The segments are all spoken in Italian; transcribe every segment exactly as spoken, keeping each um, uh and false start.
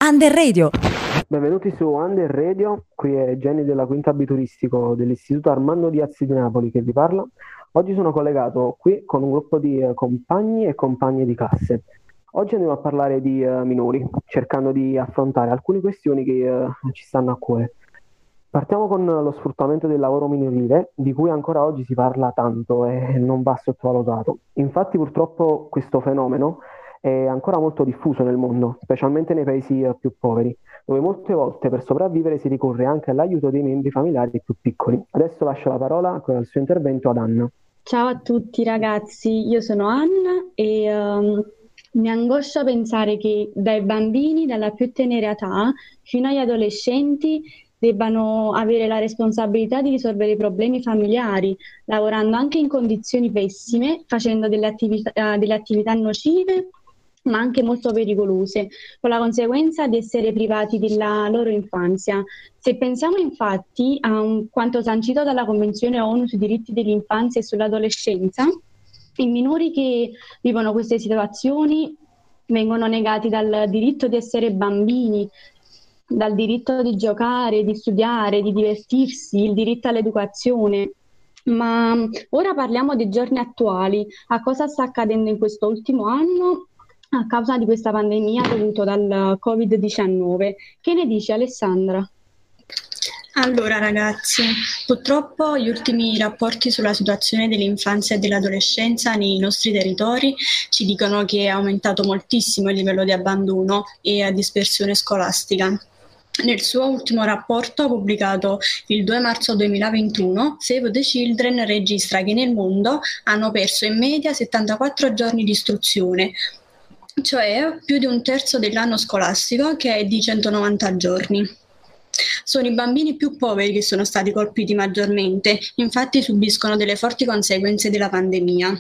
Under Radio. Benvenuti su Under Radio, qui è Jenny della Quinta Abituristico dell'Istituto Armando Diazzi di Napoli che vi parla. Oggi sono collegato qui con un gruppo di uh, compagni e compagne di classe. Oggi andiamo a parlare di uh, minori, cercando di affrontare alcune questioni che uh, ci stanno a cuore. Partiamo con lo sfruttamento del lavoro minorile, di cui ancora oggi si parla tanto e non va sottovalutato. Infatti purtroppo questo fenomeno è ancora molto diffuso nel mondo, specialmente nei paesi uh, più poveri, dove molte volte per sopravvivere si ricorre anche all'aiuto dei membri familiari più piccoli. Adesso lascio la parola con il suo intervento ad Anna. Ciao a tutti ragazzi, io sono Anna e um, mi angoscia pensare che dai bambini, dalla più tenera età, fino agli adolescenti, debbano avere la responsabilità di risolvere i problemi familiari, lavorando anche in condizioni pessime, facendo delle attività, delle attività nocive, ma anche molto pericolose, con la conseguenza di essere privati della loro infanzia. Se pensiamo infatti a un, quanto sancito dalla Convenzione ONU sui diritti dell'infanzia e sull'adolescenza, i minori che vivono queste situazioni vengono negati dal diritto di essere bambini, dal diritto di giocare, di studiare, di divertirsi, il diritto all'educazione. Ma ora parliamo dei giorni attuali, a cosa sta accadendo in questo ultimo anno a causa di questa pandemia dovuta dal covid diciannove. Che ne dici, Alessandra? Allora ragazzi, purtroppo gli ultimi rapporti sulla situazione dell'infanzia e dell'adolescenza nei nostri territori ci dicono che è aumentato moltissimo il livello di abbandono e dispersione scolastica. Nel suo ultimo rapporto pubblicato il due marzo duemilaventuno, Save the Children registra che nel mondo hanno perso in media settantaquattro giorni di istruzione, cioè più di un terzo dell'anno scolastico, che è di centonovanta giorni. Sono i bambini più poveri che sono stati colpiti maggiormente, infatti subiscono delle forti conseguenze della pandemia.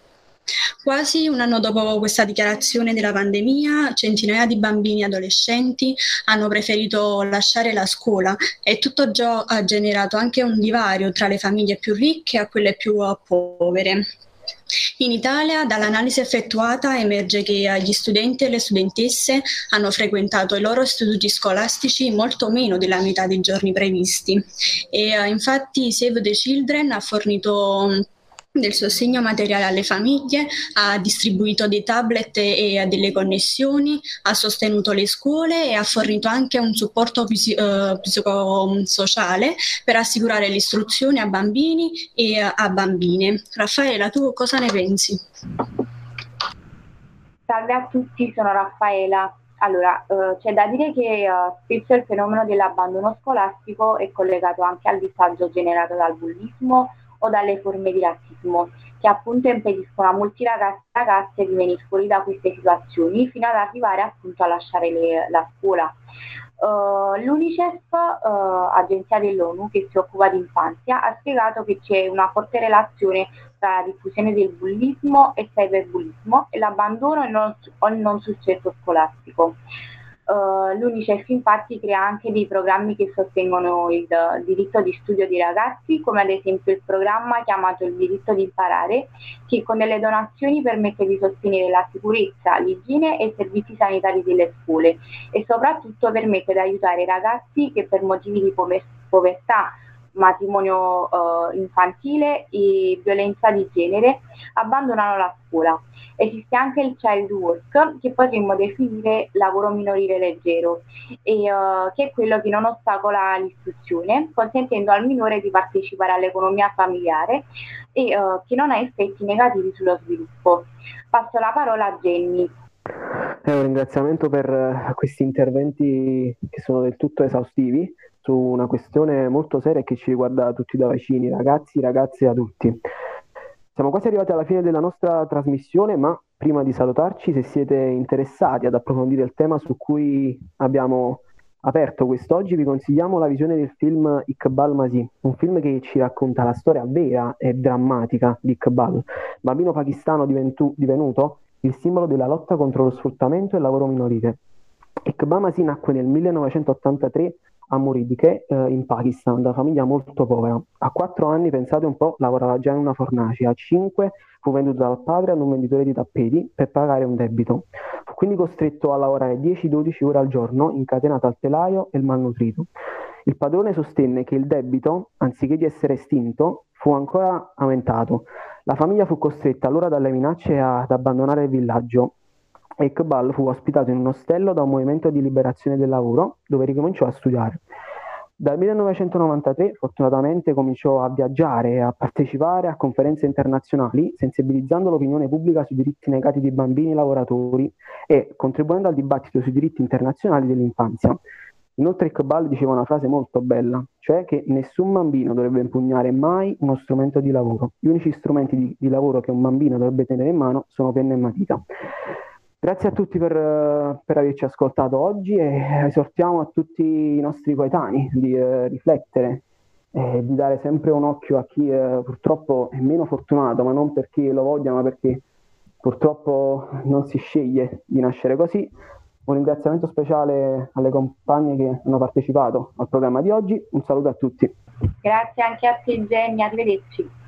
Quasi un anno dopo questa dichiarazione della pandemia, centinaia di bambini e adolescenti hanno preferito lasciare la scuola e tutto ciò ha generato anche un divario tra le famiglie più ricche e quelle più povere. In Italia, dall'analisi effettuata, emerge che gli studenti e le studentesse hanno frequentato i loro istituti scolastici molto meno della metà dei giorni previsti. E, infatti Save the Children ha fornito del sostegno materiale alle famiglie, ha distribuito dei tablet e delle connessioni, ha sostenuto le scuole e ha fornito anche un supporto psi- eh, psicosociale per assicurare l'istruzione a bambini e a bambine. Raffaella, tu cosa ne pensi? Salve a tutti, sono Raffaela. Allora, eh, c'è da dire che eh, spesso il fenomeno dell'abbandono scolastico è collegato anche al disagio generato dal bullismo o dalle forme di razzismo, che appunto impediscono a molti ragazzi e ragazze di venire fuori da queste situazioni fino ad arrivare appunto a lasciare le, la scuola. Uh, L'UNICEF, uh, agenzia dell'ONU che si occupa di infanzia, ha spiegato che c'è una forte relazione tra la diffusione del bullismo e il cyberbullismo e l'abbandono e non, o il non successo scolastico. Uh, L'UNICEF infatti crea anche dei programmi che sostengono il uh, diritto di studio dei ragazzi, come ad esempio il programma chiamato il diritto di imparare, che con delle donazioni permette di sostenere la sicurezza, l'igiene e i servizi sanitari delle scuole e soprattutto permette di aiutare i ragazzi che per motivi di pover- povertà, matrimonio uh, infantile e violenza di genere abbandonano la scuola. Esiste anche il child work, che potremmo definire lavoro minorile leggero, e, uh, che è quello che non ostacola l'istruzione, consentendo al minore di partecipare all'economia familiare e uh, che non ha effetti negativi sullo sviluppo. Passo la parola a Jenny. Eh, un ringraziamento per uh, questi interventi che sono del tutto esaustivi su una questione molto seria che ci riguarda tutti da vicini, ragazzi, ragazze e adulti. Siamo quasi arrivati alla fine della nostra trasmissione, ma prima di salutarci, se siete interessati ad approfondire il tema su cui abbiamo aperto quest'oggi, vi consigliamo la visione del film Iqbal Masih, un film che ci racconta la storia vera e drammatica di Iqbal, bambino pakistano diventu- divenuto il simbolo della lotta contro lo sfruttamento e il lavoro minorile. Iqbal Masih nacque nel millenovecentottantatré a Muridike, eh, in Pakistan, da famiglia molto povera. A quattro anni, pensate un po', lavorava già in una fornace. A cinque fu venduto dal padre ad un venditore di tappeti per pagare un debito. Fu quindi costretto a lavorare dieci dodici ore al giorno, incatenato al telaio e malnutrito. Il padrone sostenne che il debito, anziché di essere estinto, fu ancora aumentato. La famiglia fu costretta allora dalle minacce ad abbandonare il villaggio e Iqbal fu ospitato in un ostello da un movimento di liberazione del lavoro, dove ricominciò a studiare. Dal millenovecentonovantatré fortunatamente cominciò a viaggiare e a partecipare a conferenze internazionali, sensibilizzando l'opinione pubblica sui diritti negati di bambini e lavoratori e contribuendo al dibattito sui diritti internazionali dell'infanzia. Inoltre Iqbal diceva una frase molto bella, cioè che nessun bambino dovrebbe impugnare mai uno strumento di lavoro. Gli unici strumenti di, di lavoro che un bambino dovrebbe tenere in mano sono penna e matita. Grazie a tutti per, per averci ascoltato oggi e esortiamo a tutti i nostri coetanei di eh, riflettere e di dare sempre un occhio a chi eh, purtroppo è meno fortunato, ma non perché lo voglia, ma perché purtroppo non si sceglie di nascere così. Un ringraziamento speciale alle compagne che hanno partecipato al programma di oggi. Un saluto a tutti. Grazie anche a te, Jenny. Arrivederci.